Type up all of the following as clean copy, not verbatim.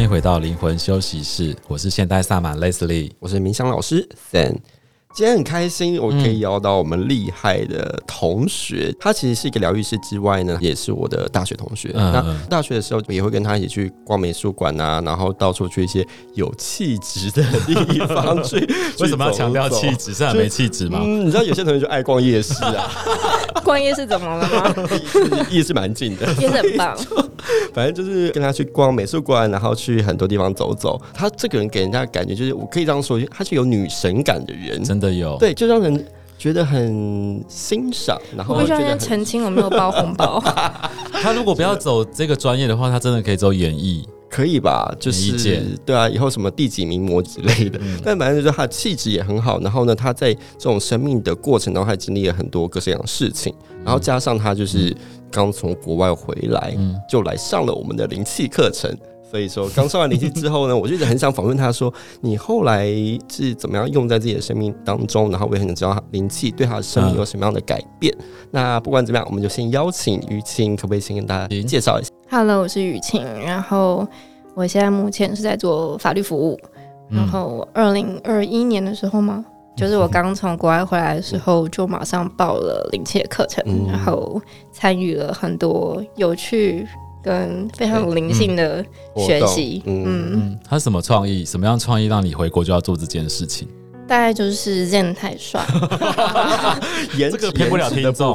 欢迎回到灵魂休息室，我是现代萨满 Leslie， 我是冥想老师 Sam。今天很开心，我可以邀到我们厉害的同学，他其实是一个疗愈师之外呢，也是我的大学同学。那大学的时候也会跟他一起去逛美术馆啊，然后到处去一些有气质的地方去。 为什么要强调气质？是很没气质吗？ 你知道有些同学就爱逛夜市啊， 逛夜市怎么了吗？ 夜市蛮近的， 夜市很棒。 反正就是跟他去逛美术馆，然后去很多地方走走。他这个人给人家的感觉就是，我可以这样说，他是有女神感的人， 真的有， 对，就让人觉得很欣赏。然后我必须要先澄清，我没有包红包。 他如果不要走这个专业的话，他真的可以走演艺。 可以吧，就是对啊，以后什么第几名模之类的，但反正就是他的气质也很好。然后呢，他在这种生命的过程当中，还经历了很多各式各样的事情。然后加上他就是刚从国外回来，就来上了我们的灵气课程。所以说，刚上完灵气之后呢，我就一直很想访问他说，你后来是怎么样用在自己的生命当中？然后我也很想知道灵气对他的生命有什么样的改变。那不管怎么样，我们就先邀请雨晴，可不可以先跟大家介绍一下？ Hello， 我是雨晴，然后我现在目前是在做法律服务。然后2021年的时候吗？就是我刚从国外回来的时候，就马上报了灵气的课程，然后参与了很多有趣跟非常有灵性的学习。 他是什么创意？什么样创意让你回国就要做这件事情？ 大概就是 Zen 太帅， 这个骗不了听众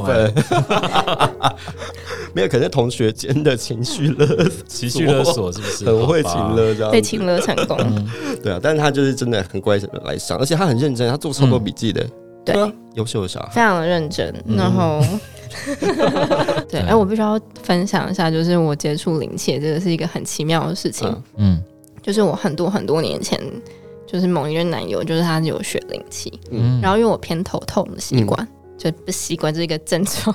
没有，可能同学间的情绪勒索是不是？ 很会情勒这样， 被情勒成功。 对啊，但是他就是真的很乖来上，而且他很认真，他做超多笔记的。 对， 优秀的小孩， 非常的认真。然后，对，我必须要分享一下，就是我接触灵气，这个是一个很奇妙的事情。就是我很多年前。就是某一任男友，就是他有学灵气，然后因为我偏头痛的习惯，就不习惯这是一个症状，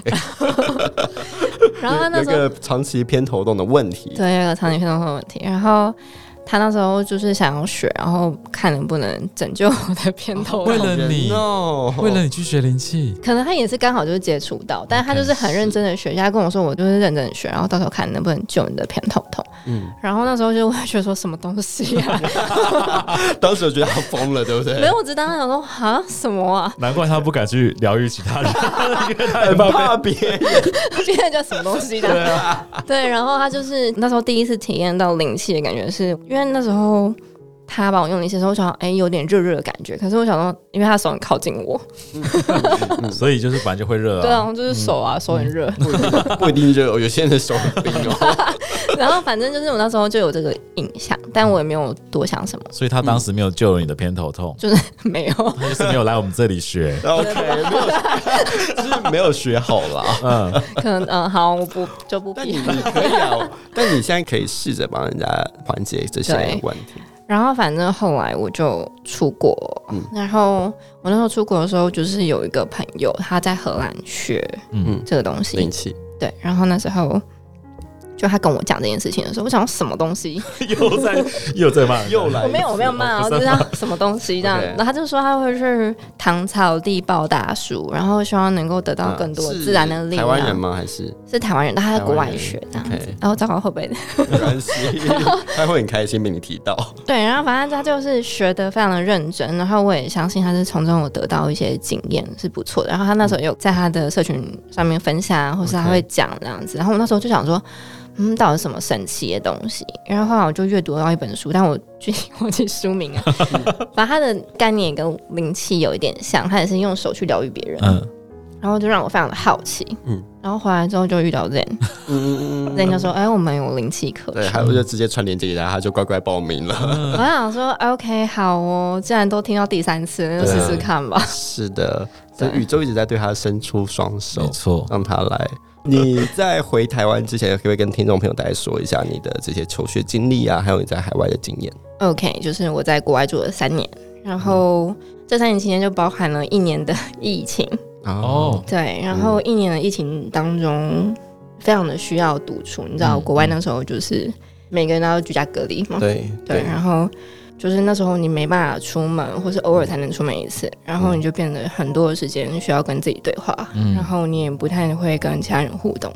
然后他那时候有一个长期偏头痛的问题， 对，有一个长期偏头痛的问题，然后他那时候就是想要学，然后看能不能拯救我的偏头痛。 为了你去学灵气， 可能他也是刚好就是接触到，但是他就是很认真的学，他跟我说我就是认真的学，然后到时候看能不能救你的偏头痛。然后那时候就会觉得说什么东西啊？ 当时我觉得他疯了，对不对？ 没有，我只当时想说啊什么啊？ 难怪他不敢去疗愈其他人，因为他很怕别人， 别人叫什么东西的？对，然后他就是那时候第一次体验到灵气的感觉是，因为那时候他帮我用灵气的时候，我想有点热热的感觉，可是我想说，因为他手很靠近我， 所以就是本来就会热啊。 对啊，就是手很热， 不一定热，有些人的手很冰哦。 然后反正就是我那时候就有这个印象，但我也没有多想什么。 所以他当时没有救了你的偏头痛， 就是没有， 他就是没有来我们这里学。 OK， 就是没有学好啦。 可能好，我就不但你可以啊，但你现在可以试着帮人家缓解这些问题。 然后反正后来我就出国，然后我那时候出国的时候，就是有一个朋友他在荷兰学这个东西灵气， 对，然后那时候就他跟我讲这件事情的时候，我想什么东西又在骂， 又来， 我没有骂，我就是他什么东西这样，然后他就说他会去唐草地抱大树，然后希望能够得到更多自然的力量。 台湾人吗？还是台湾人？但他在国外学这样子，然后糟糕会不会的？ 没关系，他会很开心被你提到。 对，然后反正他就是学得非常的认真，然后我也相信他是从中有得到一些经验，是不错的。然后他那时候有在他的社群上面分享，或是他会讲这样子。然后我那时候就想说。到底是什么神奇的东西？然后后来我就阅读到一本书，但我具体忘记书名了。反正它的概念也跟灵气有一点像，它也是用手去疗愈别人。然后就让我非常的好奇。然后回来之后就遇到 Zen，Zen 就说：“我们有灵气课程。” 对，还有就直接传链接给他，他就乖乖报名了。 我想说 ，OK， 好哦，既然都听到第3次了，就试试看吧。 是的，所以宇宙一直在对他伸出双手， 没错， 让他来。你在回台湾之前，可不可以跟听众朋友大概说一下你的这些求学经历啊，还有你在海外的经验 ？OK， 就是我在国外住了3年，然后这3年期间就包含了1年的疫情。对，然后1年的疫情当中，非常的需要独处。你知道，国外那时候就是每个人都要居家隔离嘛。 对， 然后就是那时候你没办法出门，或是偶尔才能出门一次，然后你就变得很多的时间需要跟自己对话，然后你也不太会跟其他人互动。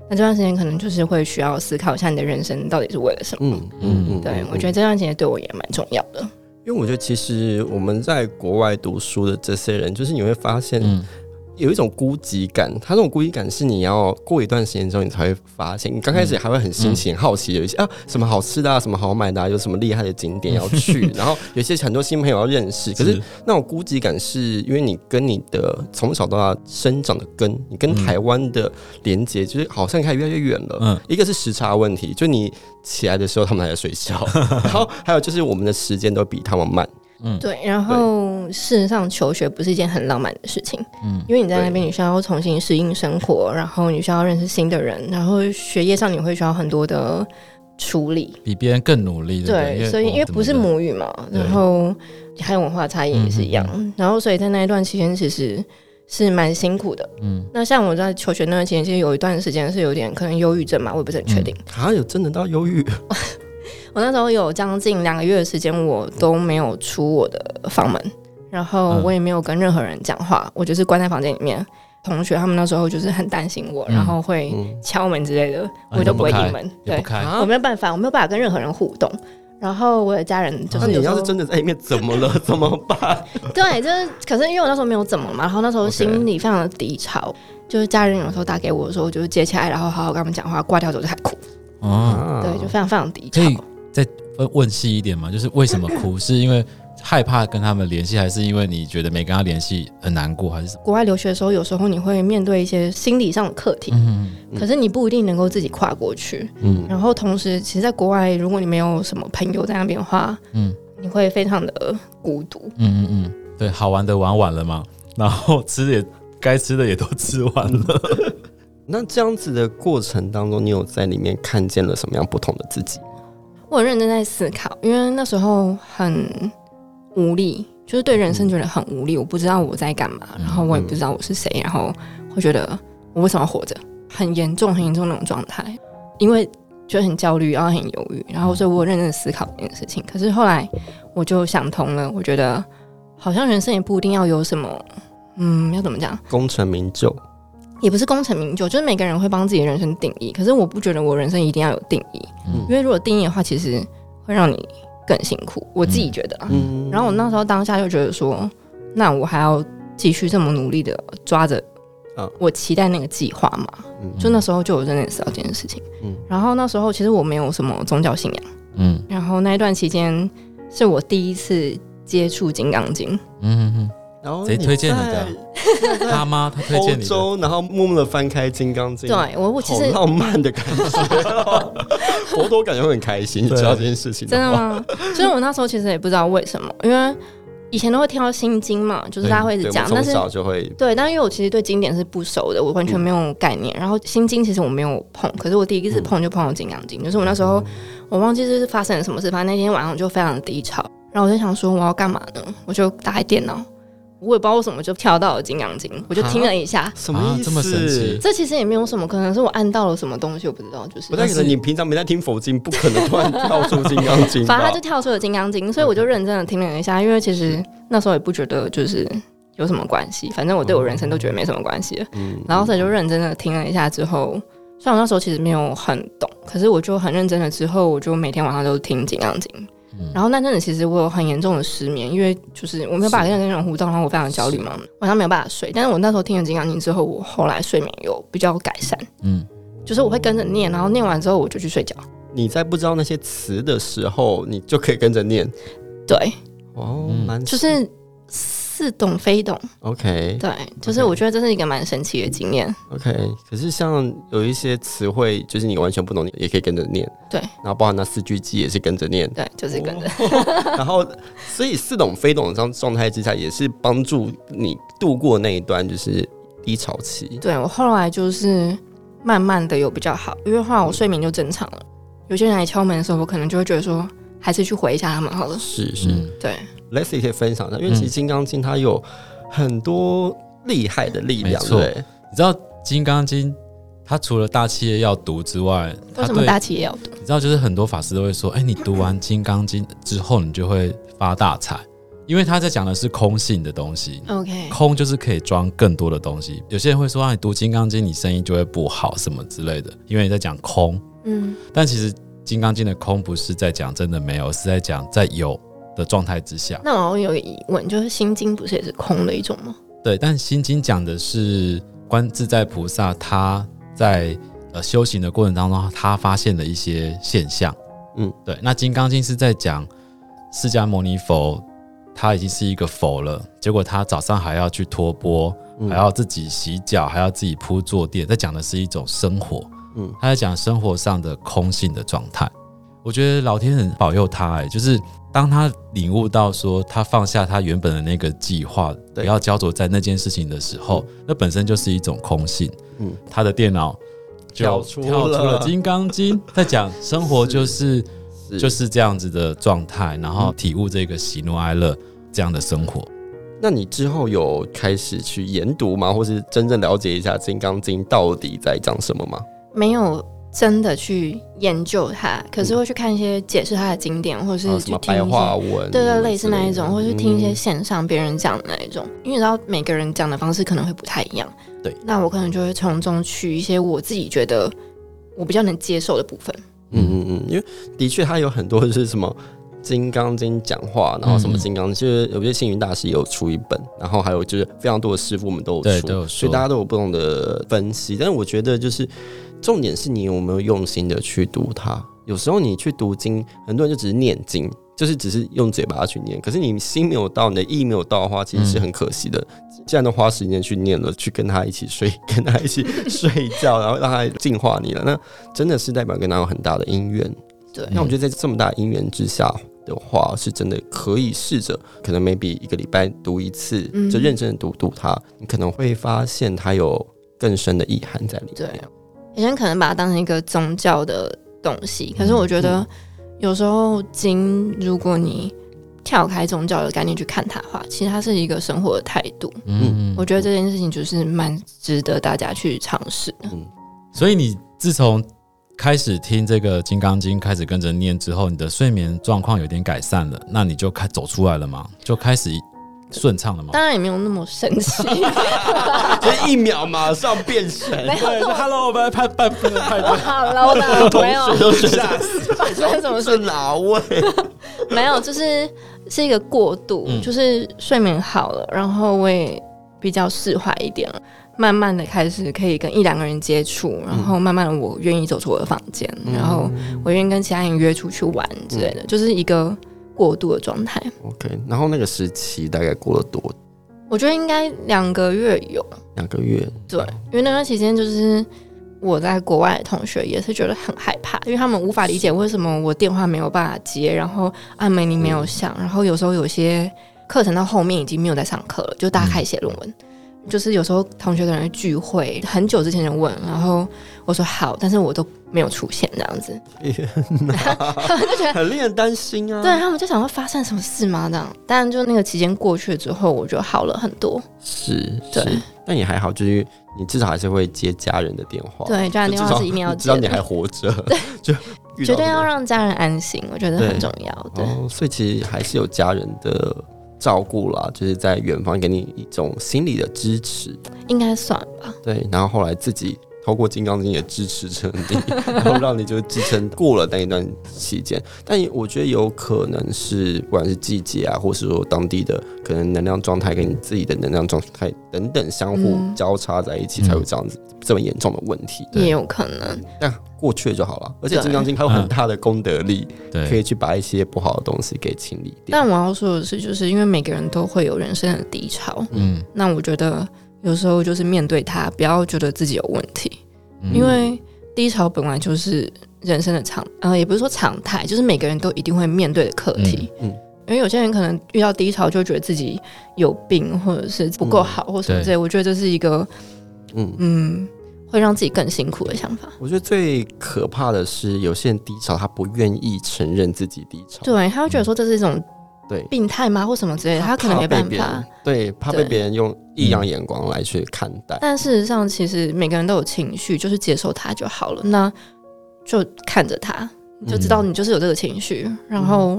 那这段时间可能就是会需要思考一下你的人生到底是为了什么。对，我觉得这段时间对我也蛮重要的。 因为我觉得其实我们在国外读书的这些人，就是你会发现有一种孤寂感，它这种孤寂感是你要过一段时间之后你才会发现，你刚开始还会很新奇、很好奇，有一些什么好吃的什么好买的有什么厉害的景点要去，然后有些很多新朋友要认识，可是那种孤寂感是因为你跟你的从小到大生长的根，你跟台湾的连结就是好像开始越来越远了。一个是时差问题，就你起来的时候他们还在睡觉，然后还有就是我们的时间都比他们慢。 对，然后事实上求学不是一件很浪漫的事情，因为你在那边你需要重新适应生活，然后你需要认识新的人，然后学业上你会需要很多的处理， 比别人更努力。 对，所以因为不是母语嘛，然后还有文化差异也是一样，然后所以在那一段期间其实是蛮辛苦的。那像我在求学那段期间，其实有一段时间是有点可能忧郁症嘛，我也不是很确定。 有真的到忧郁？ 我那时候有将近2个月的时间，我都没有出我的房门，然后我也没有跟任何人讲话，我就是关在房间里面。同学他们那时候就是很担心我，然后会敲门之类的，我都不会应门。对，我没有办法，跟任何人互动。然后我的家人就是你要是真的在里面怎么了怎么办？ 对，就是可是因为我那时候没有怎么嘛，然后那时候心里非常的低潮，就是家人有时候打给我的时候，我就接起来，然后好好跟他们讲话，挂掉之后就开始哭。对，就非常非常低潮。 可以再问细一点吗？就是为什么哭？是因为害怕跟他们联系，还是因为你觉得没跟他联系很难过，还是什么？ 国外留学的时候，有时候你会面对一些心理上的课题，可是你不一定能够自己跨过去。然后同时，其实，在国外，如果你没有什么朋友在那边的话，你会非常的孤独。 对，好玩的玩完了嘛，然后该吃的也都吃完了。 那这样子的过程当中，你有在里面看见了什么样不同的自己？ 我很认真在思考，因为那时候很无力，就是对人生觉得很无力，我不知道我在干嘛，然后我也不知道我是谁，然后会觉得我为什么要活着，很严重那种状态，因为就很焦虑，然后很犹豫，然后所以我认真的思考这件事情。可是后来我就想通了，我觉得好像人生也不一定要有什么，要怎么讲， 功成名就。 也不是功成名就，就是每个人会帮自己的人生定义，可是我不觉得我人生一定要有定义，因为如果定义的话，其实会让你更辛苦，我自己觉得然后我那时候当下就觉得说，那我还要继续这么努力的抓着我期待那个计划嘛，就那时候就有认真思考这件事情。然后那时候其实我没有什么宗教信仰，然后那一段期间是我第一次接触金刚经。 谁推荐你的？他吗？他推荐你的？ 欧洲，然后默默的翻开《金刚经》， 对我其实好浪漫的感觉，佛陀感觉会很开心。你知道这件事情真的吗？所以我那时候其实也不知道为什么，因为以前都会听到心经嘛，就是大家会一直讲，但是从小就会对，但因为我其实对经典是不熟的，我完全没有概念。然后心经其实我没有碰，可是我第一次碰就碰到《金刚经》，就是我那时候我忘记是发生了什么事，反正那天晚上就非常的低潮，然后我就想说我要干嘛呢？我就打开电脑。我也不知道为什么就跳到了《金刚经》，我就听了一下， 什么意思？ 这么神奇？ 这其实也没有什么，可能是我按到了什么东西，我不知道。就是不太可能，你平常没在听佛经，不可能突然跳出《金刚经》。 反正他就跳出了《金刚经》，所以我就认真的听了一下，因为其实那时候也不觉得就是有什么关系，反正我对我人生都觉得没什么关系了。然后所以就认真的听了一下之后，虽然我那时候其实没有很懂，可是我就很认真的之后，我就每天晚上都听《金刚经》。然后那阵子其实我有很严重的失眠，因为就是我没有办法跟人互动，然后我非常焦虑嘛，晚上没有办法睡。但是我那时候听了《金刚经》之后，我后来睡眠有比较改善。就是我会跟着念，然后念完之后我就去睡觉。 你在不知道那些词的时候，你就可以跟着念。 对， 蛮就是似懂非懂。 OK， 对，就是我觉得这是一个蛮神奇的经验。 OK， 可是像有一些词汇，就是你完全不懂，你也可以跟着念。 对， 然后包含那4句偈也是跟着念。 对，就是跟着。 然后，所以似懂非懂的状态之下，也是帮助你度过那一段就是低潮期。 对，我后来就是慢慢的有比较好，因为后来我睡眠就正常了。有些人来敲门的时候，我可能就会觉得说，还是去回一下他们好了。 是， 对。 Leslie 可以分享一下，因为其实《金刚经》它有很多厉害的力量，对。 你知道《金刚经》它除了大企业要读之外， 为什么大企业要读？ 你知道，就是很多法师都会说，你读完《金刚经》之后，你就会发大财。 因为他在讲的是空性的东西。 OK， 空就是可以装更多的东西。有些人会说，你读《金刚经》，你声音就会不好什么之类的，因为你在讲空。但其实《金刚经》的空不是在讲真的没有，是在讲在有的状态之下。 那我有个疑问，就是《心经》不是也是空的一种吗？ 对，但《心经》讲的是观自在菩萨他在修行的过程当中，他发现的一些现象。对。那《金刚经》是在讲释迦牟尼佛。他已经是一个佛了，结果他早上还要去托钵，还要自己洗脚，还要自己铺坐垫，在讲的是一种生活。他在讲生活上的空性的状态。我觉得老天很保佑他，就是当他领悟到说他放下他原本的那个计划，不要焦灼在那件事情的时候，那本身就是一种空性。他的电脑就跳出了《金刚经》，在讲生活就是这样子的状态，然后体悟这个喜怒哀乐这样的生活。 那你之后有开始去研读吗？或是真正了解一下《金刚经》到底在讲什么吗？ 没有真的去研究它，可是会去看一些解释它的经典，或者是去听一些白话文， 对，类似那一种，或是听一些线上别人讲的那一种。因为你知道每个人讲的方式可能会不太一样， 对， 那我可能就会从中取一些我自己觉得我比较能接受的部分。 因为的确它有很多就是什么金刚经讲话，然后什么金刚，就是有些星云大师也有出一本，然后还有就是非常多的师傅们都有出，所以大家都有不同的分析。但是我觉得就是重点是你有没有用心的去读它。有时候你去读经，很多人就只是念经，就是只是用嘴巴去念，可是你心没有到，你的意没有到的话，其实是很可惜的。既然都花时间去念了，去跟他一起睡，跟他一起睡觉，然后让他净化你了，那真的是代表跟他有很大的因缘。 对， 那我觉得在这么大的因缘之下的话，是真的可以试着，可能 maybe 一个礼拜读一次，就认真的读它，你可能会发现它有更深的意涵在里面。 对，有些人可能把它当成一个宗教的东西，可是我觉得有时候经，如果你跳开宗教的概念去看它的话，其实它是一个生活的态度。我觉得这件事情就是蛮值得大家去尝试的。 所以你自从开始听这个《金刚经》，开始跟着念之后，你的睡眠状况有点改善了，那你就走出来了吗？就开始顺畅了吗？ 当然也没有那么神奇， 就一秒马上变神。 对 ，Hello， 我们来派对。 好 low 的，没有， 都吓死， 发生什么事？ 是哪位？ 没有，就是一个过渡，就是睡眠好了，然后我也比较释怀一点了。慢慢的开始可以跟1-2个人接触，然后慢慢的我愿意走出我的房间，然后我愿意跟其他人约出去玩之类的，就是一个过渡的状态。 OK， 然后那个时期大概过了多？ 我觉得应该2个月有。 2个月？ 对，因为那段期间就是我在国外的同学也是觉得很害怕，因为他们无法理解为什么我电话没有办法接，然后按门铃没有响，然后有时候有些课程到后面已经没有在上课了，就大家开始写论文。就是有时候同学的人聚会很久之前就问，然后我说好，但是我都没有出现这样子，他们就觉得很令人担心啊。 对，他们就想会发生什么事吗？这样，但就那个期间过去之后，我就好了很多。 是， 对， 但也还好，就是你至少还是会接家人的电话。 对，家人电话是一定要接的， 知道你还活着，就绝对要让家人安心，我觉得很重要。对， 所以其实还是有家人的照顾啦，就是在远方给你一种心理的支持， 应该算吧。 对，然后后来自己透过《金刚经》也支持着你，然后让你就支撑过了那一段期间。但我觉得有可能是不管是季节啊，或是说当地的可能能量状态跟你自己的能量状态等等相互交叉在一起，才有这样子这么严重的问题。 也有可能， 但过去了就好了。而且《金刚经》还有很大的功德力，可以去把一些不好的东西给清理掉。 但我要说的是，就是因为每个人都会有人生的低潮，那我觉得有时候就是面对它，不要觉得自己有问题，因为低潮本来就是人生的也不是说常态，就是每个人都一定会面对的课题。因为有些人可能遇到低潮就觉得自己有病，或者是不够好，或什么之类。我觉得这是一个会让自己更辛苦的想法。 我觉得最可怕的是，有些人低潮，他不愿意承认自己低潮， 对，他会觉得说这是一种对病态吗，或什么之类的，他可能没办法， 对，怕被别人用异样眼光来去看待。 但事实上，其实每个人都有情绪，就是接受它就好了。那就看着它，你就知道你就是有这个情绪，然后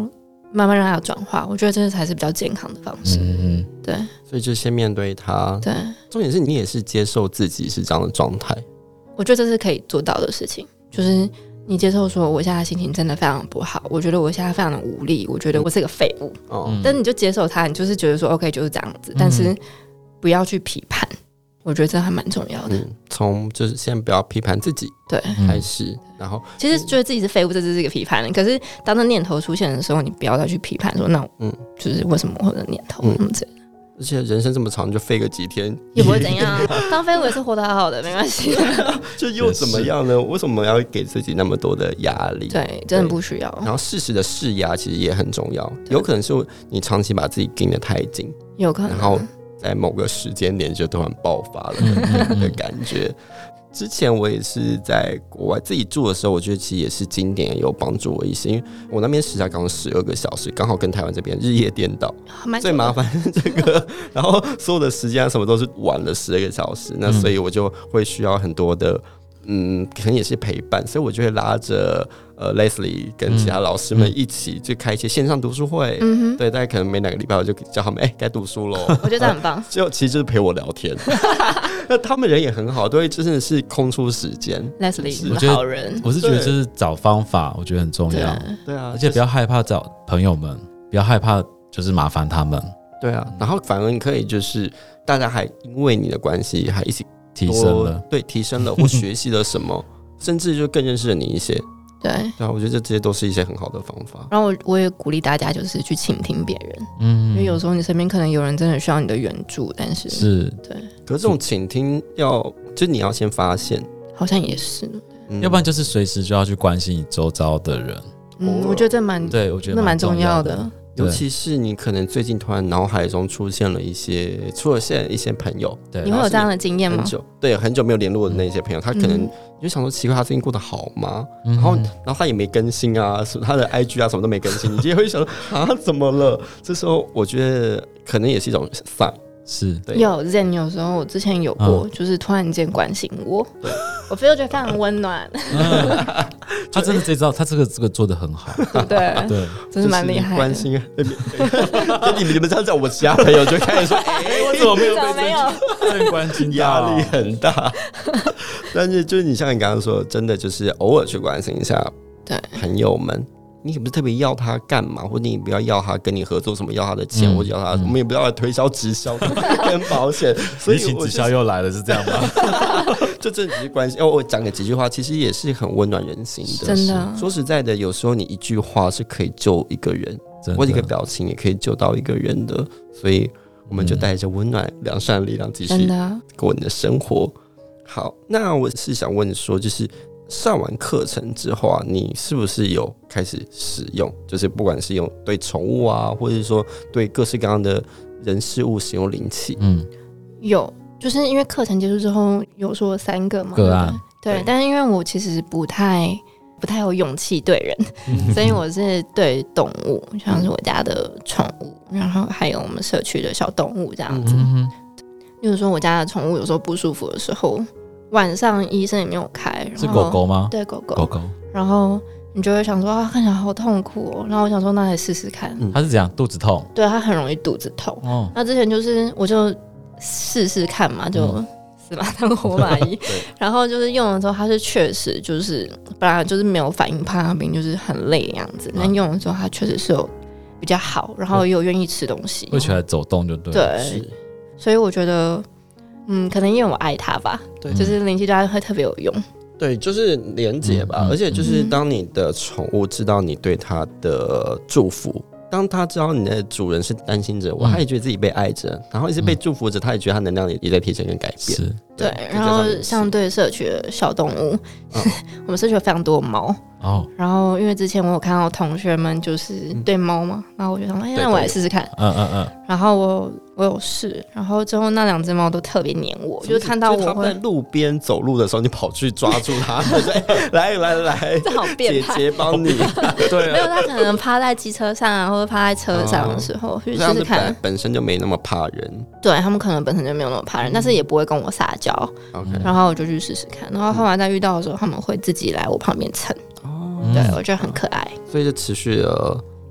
慢慢让它转化，我觉得这才是比较健康的方式。对， 所以就先面对它。 对， 重点是你也是接受自己是这样的状态。 我觉得这是可以做到的事情，就是你接受说我现在心情真的非常不好，我觉得我现在非常的无力，我觉得我是个废物。但你就接受它，你就是觉得说 OK 就是这样子，但是不要去批判。我觉得这还蛮重要的。 从就是先不要批判自己对开始，然后其实觉得自己是废物，这是一个批判。可是当那念头出现的时候，你不要再去批判说那就是为什么会有念头之类的。 而且人生这么长，你就废个几天也不会怎样。当废物也是活得好好的，没关系。 就又怎么样呢？为什么要给自己那么多的压力？ 对，真的不需要。 然后适时的释压其实也很重要，有可能是你长期把自己盯得太紧， 有可能， 然后在某个时间点就突然爆发了的感觉。之前我也是在国外自己住的时候，我觉得其实也是经典有帮助我一些，因为我那边时差刚好12个小时，刚好跟台湾这边日夜颠倒，最麻烦是这个，然后所有的时间什么都是晚了12个小时，那所以我就会需要很多的可能也是陪伴，所以我就会拉着Leslie 跟其他老师们一起就开一些线上读书会。对，大概可能每2个礼拜我就叫他们该读书咯。 我觉得这很棒。 其实就是陪我聊天。那他们人也很好，都会真的是空出时间。 Leslie 是好人， 我是觉得就是找方法，我觉得很重要。 对啊， 而且不要害怕找朋友们，不要害怕就是麻烦他们。 对啊，然后反而你可以就是大家还因为你的关系还一起提升了， 对，提升了或学习了什么，甚至就更认识了你一些。 对啊，我觉得这些都是一些很好的方法。 然后我也鼓励大家就是去倾听别人，因为有时候你身边可能有人真的需要你的援助，但是对。 可是这种倾听就你要先发现， 好像也是， 要不然就是随时就要去关心你周遭的人。 我觉得这蛮对，我觉得那蛮重要的。 尤其是你可能最近突然脑海中出现了一些朋友， 对， 你会有这样的经验吗？ 很久没有联络的那些朋友，他可能你就想说奇怪，他最近过得好吗？然后他也没更新啊，他的 IG 啊什么都没更新，你就会想说怎么了？这时候我觉得可能也是一种 sign。 是有时候我之前有过，就是突然间关心我，我觉得非常温暖。 他真的这招，他这个做得很好， 对，真是蛮厉害的。 关心你们这样讲，我其他朋友就开始说，我怎么没有被关心？ 压力很大。但是就是你像你刚刚说，真的就是偶尔去关心一下朋友们。你也不是特别要他干嘛，或者你不要他跟你合作什么，要他的钱，或者要他，我们也不要来推销直销跟保险。所以直销又来了，是这样吗？ 就这只是关系。我讲个几句话，其实也是很温暖人心的。 真的， 说实在的，有时候你一句话是可以救一个人，或者一个表情也可以救到一个人的。所以我们就带着温暖、良善的力量继续过你的生活。好，那我是想问说，就是上完课程之后啊，你是不是有开始使用？就是不管是用对宠物啊，或者是说对各式各样的人事物使用灵气？ 有，就是因为课程结束之后有说3个嘛个案， 对，但是因为我其实不太有勇气对人，所以我是对动物，像是我家的宠物，然后还有我们社区的小动物这样子。例如说我家的宠物有时候不舒服的时候，晚上医生也没有开， 是狗狗吗？ 对，狗狗。然后你就会想说看起来好痛苦哦，然后我想说那来试试看。 它是怎样？肚子痛？ 对，它很容易肚子痛。那之前就是我就试试看嘛，就死马当活马医。然后就是用的时候，它是确实就是本来就是没有反应，怕病就是很累的样子。但用的时候，它确实是有比较好，然后也有愿意吃东西， 会起来走动就对了。 对，所以我觉得。可能因为我爱它吧，对，就是灵气对它会特别有用。 对，就是连结吧，而且就是当你的宠物知道你对它的祝福，当它知道你的主人是担心着我，他也觉得自己被爱着，然后一直被祝福着，他也觉得他能量也在提升跟改变。 是，对。然后像对社区的小动物，我们社区有非常多的猫。然后因为之前我有看到同学们就是对猫嘛，然后我就想那我来试试看。然后我有试，然后之后那2只猫都特别黏我，就是看到我会在路边走路的时候，你跑去抓住它，来， 这好变态， 姐姐帮你。对， 没有，它可能趴在机车上啊，或者趴在车上的时候去试试看。 本身就没那么怕人， 对，他们可能本身就没有那么怕人，但是也不会跟我撒娇。然后我就去试试看，然后后来在遇到的时候，他们会自己来我旁边蹭。对，我觉得很可爱。 所以就持续了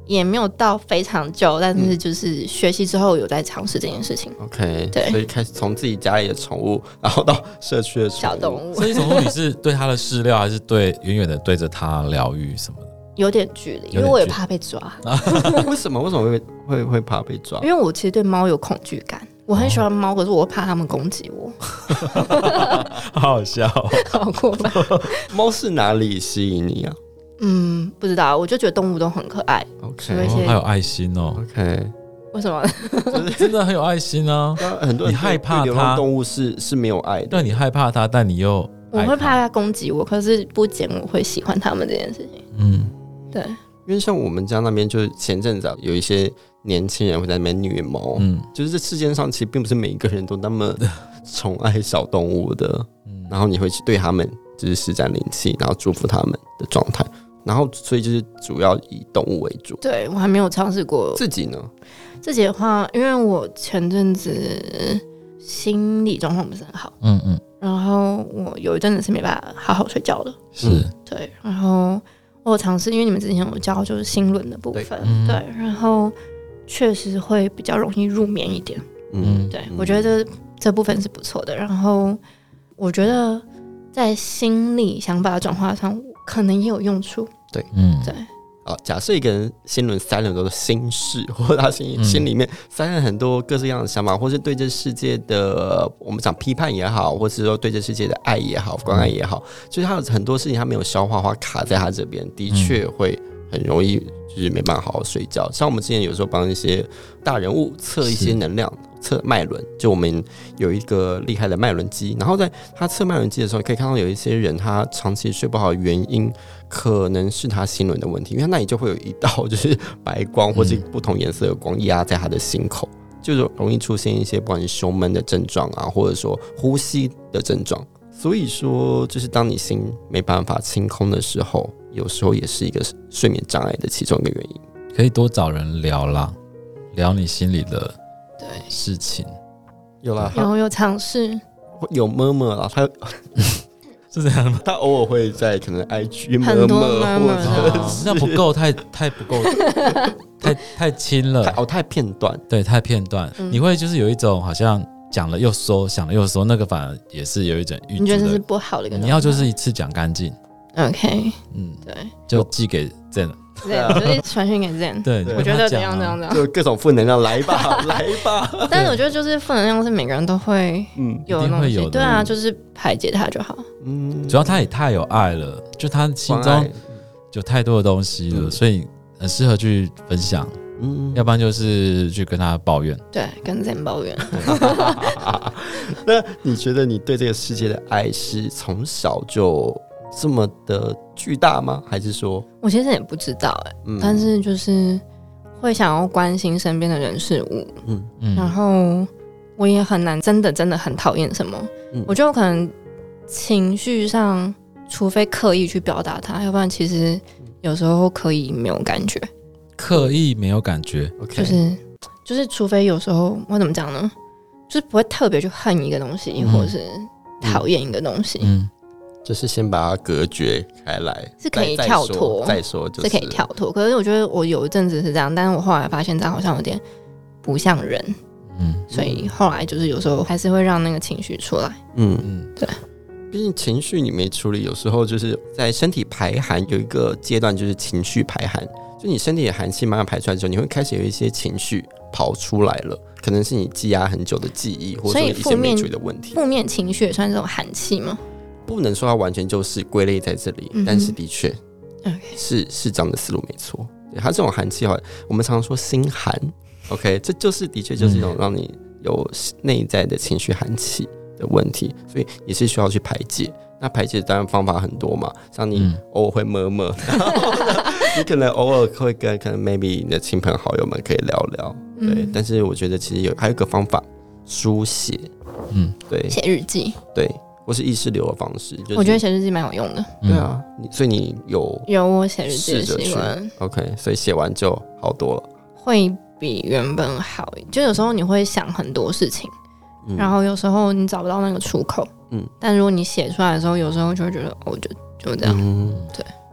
也没有到非常久，但是就是学习之后有在尝试这件事情。 OK， 对， 所以开始从自己家里的宠物，然后到社区的小动物。 所以宠物你是对它的饲料，还是对远远的对着它疗愈什么的？ 有点距离，因为我也怕被抓。 为什么会怕被抓？ 因为我其实对猫有恐惧感。我很喜欢猫，可是我怕它们攻击我。 好好笑哦， 好过分。 猫是哪里吸引你啊？ 不知道，我就觉得动物都很可爱。 OK， 它有爱心哦。 OK， 为什么？ 真的很有爱心啊！ 很多人你害怕流浪动物是没有爱的， 对，你害怕它，但你又我会怕它攻击我，可是不减我会喜欢它们这件事情。对， 因为像我们家那边，就是前阵子有一些年轻人会在那边虐猫，就是这世界上其实并不是每一个人都那么宠爱小动物的，然后你会去对他们就是施展灵气，然后祝福他们的状态，然后所以就是主要以动物为主。 对，我还没有尝试过。 自己呢？ 自己的话，因为我前阵子心理状况不是很好，然后我有一阵子是没办法好好睡觉的， 是对，然后我有尝试，因为你们之前有教就是心轮的部分，对，然后确实会比较容易入眠一点，对，我觉得这部分是不错的，然后我觉得在心理想法的转化上可能也有用处， 对， 对。 假设一个人心轮塞了很多的心事，或者他心里面塞了很多各式各样的想法，或是对这世界的我们讲批判也好，或是说对这世界的爱也好、关爱也好，就是他有很多事情他没有消化，或卡在他这边，的确会很容易就是没办法好好睡觉。像我们之前有时候帮一些大人物测一些能量。测脉轮，就我们有一个厉害的脉轮机，然后在他测脉轮机的时候，可以看到有一些人他长期睡不好的原因，可能是他心轮的问题，因为那里就会有一道就是白光或是不同颜色的光压在他的心口，就是容易出现一些不管是胸闷的症状啊，或者说呼吸的症状。所以说，就是当你心没办法清空的时候，有时候也是一个睡眠障碍的其中一个原因。 可以多找人聊啦，聊你心里的事情。 有啦， 有尝试， 有murmur啦，他是这样吗？ 他偶尔会在可能 IG 很多 murmur， 或者那不够，太不够，太轻了， 太片段， 对，太片段。你会就是有一种好像讲了又收，想了又收，那个反而也是有一种郁卒的。 你觉得这是不好的一个？ 你要就是一次讲干净。 OK， 对，就寄给 Zen。 对，我就传讯给 Zen。 对， 我觉得怎样， 就各种负能量来吧，来吧。 但是我觉得就是负能量是每个人都会有的东西，对啊，就是排解它就好。 主要他也太有爱了，就他心中有太多的东西了，所以很适合去分享。要不然就是去跟他抱怨， 对，跟 Zen 抱怨。 那你觉得你对这个世界的爱是从小就这么的巨大吗？还是说， 我其实也不知道但是就是会想要关心身边的人事物，然后我也很难真的很讨厌什么，我觉得我可能情绪上，除非刻意去表达它，要不然其实有时候可以没有感觉。 刻意没有感觉， 就是除非有时候我怎么讲呢？就是不会特别去恨一个东西，或者是讨厌一个东西， 就是先把它隔绝开来， 是可以跳脱， 再说就是可以跳脱。可是我觉得我有一阵子是这样，但是我后来发现这样好像有点不像人，所以后来就是有时候还是会让那个情绪出来，对。 毕竟情绪你没处理，有时候就是在身体排寒有一个阶段，就是情绪排寒。就你身体的寒气慢慢排出来之后，你会开始有一些情绪跑出来了，可能是你积压很久的记忆，或者说一些没处理的问题。 负面情绪也算这种寒气吗？ 不能说它完全就是归类在这里，但是的确是这样的思路没错。对，它这种寒气的话，我们常常说心寒 ，OK， 这就是的确就是一种让你有内在的情绪寒气的问题，所以也是需要去排解。那排解当然方法很多嘛，像你偶尔会murmur，然后呢，你可能偶尔会跟可能 maybe 你的亲朋好友们可以聊聊，对。但是我觉得其实还有一个方法，书写，对， 写日记， 对，或是意识流的方式。就是、 我觉得写日记蛮有用的。 对啊，所以你有我写日记的习惯 ，OK， 所以写完就好多了， 会比原本好。就有时候你会想很多事情。然后有时候你找不到那个出口，但如果你写出来的时候，有时候就会觉得就这样，对。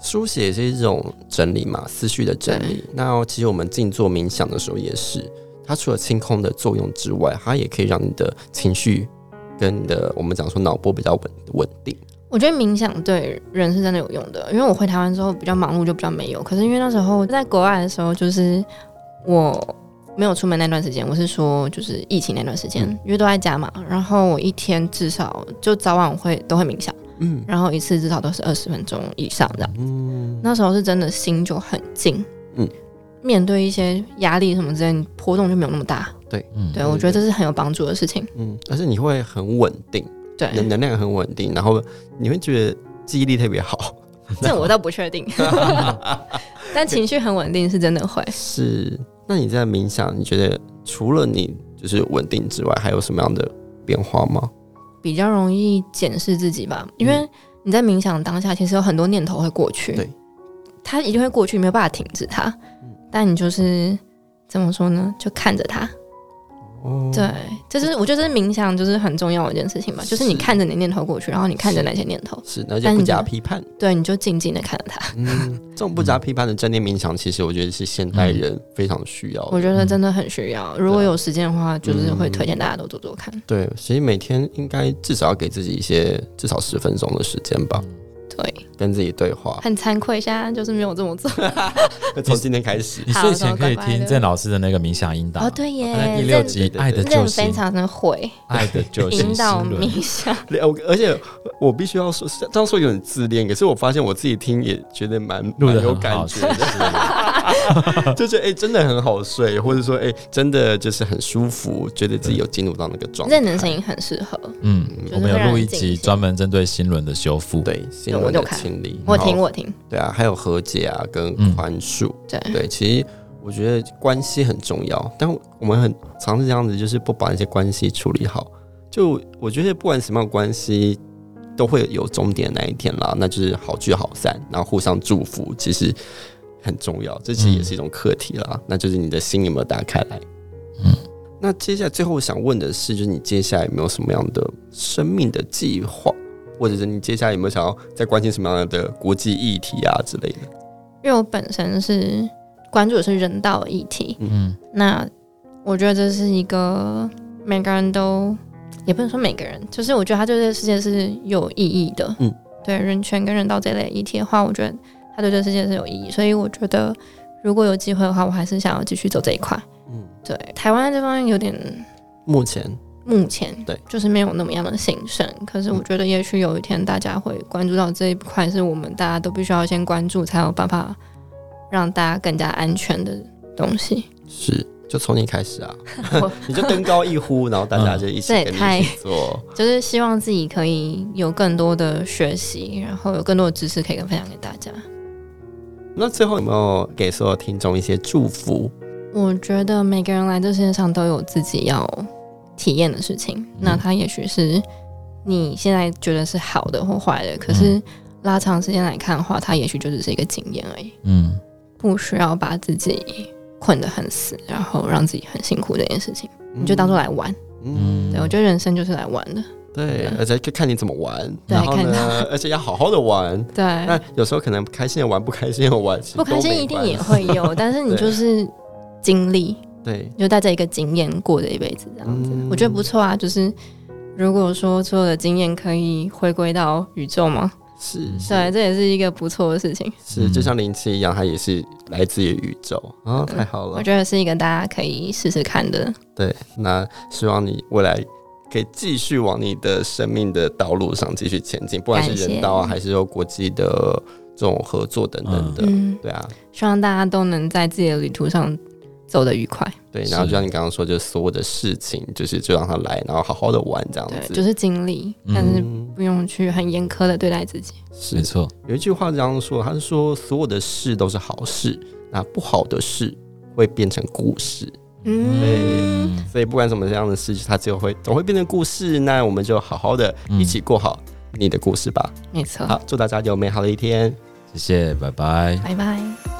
书写是一种整理嘛，思绪的整理。那其实我们静坐冥想的时候也是，它除了清空的作用之外，它也可以让你的情绪跟你的我们讲说脑波比较稳定。 我觉得冥想对人是真的有用的，因为我回台湾之后比较忙碌，就比较没有。可是因为那时候在国外的时候，就是我没有出门那段时间，我是说就是疫情那段时间，因为都在家嘛，然后我一天至少就早晚都会冥想，然后一次至少都是20分钟以上这样。那时候是真的心就很静，面对一些压力什么之类的，波动就没有那么大。 对， 我觉得这是很有帮助的事情。 而且你会很稳定。对，能量很稳定，然后你会觉得记忆力特别好。 这我倒不确定，但情绪很稳定是真的会。 是，那你在冥想，你觉得除了你就是稳定之外，还有什么样的变化吗？ 比较容易检视自己吧，因为你在冥想当下，其实有很多念头会过去，对，它一定会过去，没有办法停止它。但你就是怎么说呢？就看着它。对，就是我觉得这是冥想就是很重要的一件事情吧，就是你看着你的念头过去，然后你看着那些念头， 而且不加批判， 对，你就静静的看着它。 这种不加批判的正念冥想，其实我觉得是现代人非常需要的。 我觉得真的很需要，如果有时间的话，就是会推荐大家都做做看。 对，其实每天应该至少要给自己一些至少10分钟的时间吧。 对， 跟自己对话。 很惭愧，现在就是没有这么做。 从今天开始， 你睡前可以听郑老师的那个冥想引导。 哦，对耶， 他在第6集《爱的救星》 非常的会爱的救星引导冥想。 而且我必须要说，这样说有点自恋，可是我发现我自己听也觉得蛮有感觉的，就是真的很好睡，或者说真的就是很舒服，觉得自己有进入到那个状态。 认真声音很适合。 我们有录一集专门针对心轮的修复， 对心轮的清理。 我听。 对啊，还有和解啊，跟宽恕。对，其实我觉得关系很重要，但我们很常是这样子，就是不把那些关系处理好。就我觉得不管什么样的关系，都会有终点的那一天啦，那就是好聚好散，然后互相祝福，其实很重要。这其实也是一种课题啦，那就是你的心有没有打开来。那接下来最后想问的是，就是你接下来有没有什么样的生命的计划？或者是你接下来有没有想要再关心什么样的国际议题啊之类的？ 因为我本身是关注的是人道议题，那我觉得这是一个每个人都，也不能说每个人，就是我觉得他对这个世界是有意义的。对人权跟人道这类议题的话，我觉得他对这个世界是有意义，所以我觉得如果有机会的话，我还是想要继续走这一块。对，台湾这方面有点目前对，就是没有那么样的兴盛。可是我觉得，也许有一天大家会关注到这一块，是我们大家都必须要先关注，才有办法让大家更加安全的东西。 是，就从你开始啊，你就登高一呼，然后大家就一起跟你一起做。 就是希望自己可以有更多的学习，然后有更多的知识可以分享给大家。 那最后有没有给所有听众一些祝福？ 我觉得每个人来这世界上都有自己要体验的事情，那它也许是你现在觉得是好的或坏的，可是拉长时间来看的话，它也许就只是一个经验而已。不需要把自己困得很死，然后让自己很辛苦这件事情，你就当作来玩。对，我觉得人生就是来玩的。 对，而且看你怎么玩，然后呢，而且要好好的玩。 对， 那有时候可能开心的玩，不开心的玩， 不开心一定也会有，但是你就是经历， 对， 就带着一个经验过这一辈子这样子，我觉得不错啊。就是如果说所有的经验可以回归到宇宙吗？ 是， 对，这也是一个不错的事情。 是，就像灵气一样，它也是来自于宇宙啊，太好了。 我觉得是一个大家可以试试看的。 对，那希望你未来可以继续往你的生命的道路上继续前进，不管是人道啊，还是说国际的这种合作等等的。对啊， 希望大家都能在自己的旅途上走得愉快。 对，然后就像你刚刚说，就是所有的事情，就让它来，然后好好的玩这样子。 对，就是经历，但是不用去很严苛的对待自己。 没错， 有一句话这样说，他是说所有的事都是好事，那不好的事会变成故事。对，所以不管什么样的事情，它总会变成故事。那我们就好好的一起过好你的故事吧。 没错。 好，祝大家有美好的一天。 谢谢，拜拜， 拜拜。